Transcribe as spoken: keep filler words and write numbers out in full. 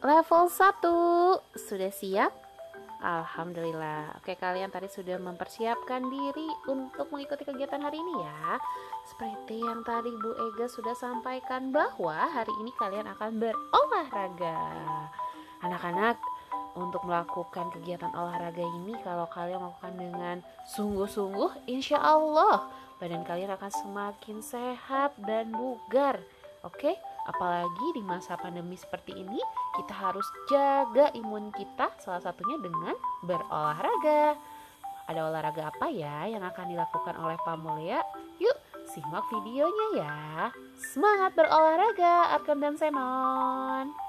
Level satu sudah siap? Alhamdulillah. Oke, kalian tadi sudah mempersiapkan diri untuk mengikuti kegiatan hari ini ya. Seperti yang tadi Bu Ega sudah sampaikan bahwa hari ini kalian akan berolahraga. Anak-anak, untuk melakukan kegiatan olahraga ini, kalau kalian melakukan dengan sungguh-sungguh, insya Allah badan kalian akan semakin sehat dan bugar. Oke, apalagi di masa pandemi seperti ini, kita harus jaga imun kita, salah satunya dengan berolahraga. Ada olahraga apa ya yang akan dilakukan oleh Pak Mulya? Yuk, simak videonya ya. Semangat berolahraga, Arkan dan Senon.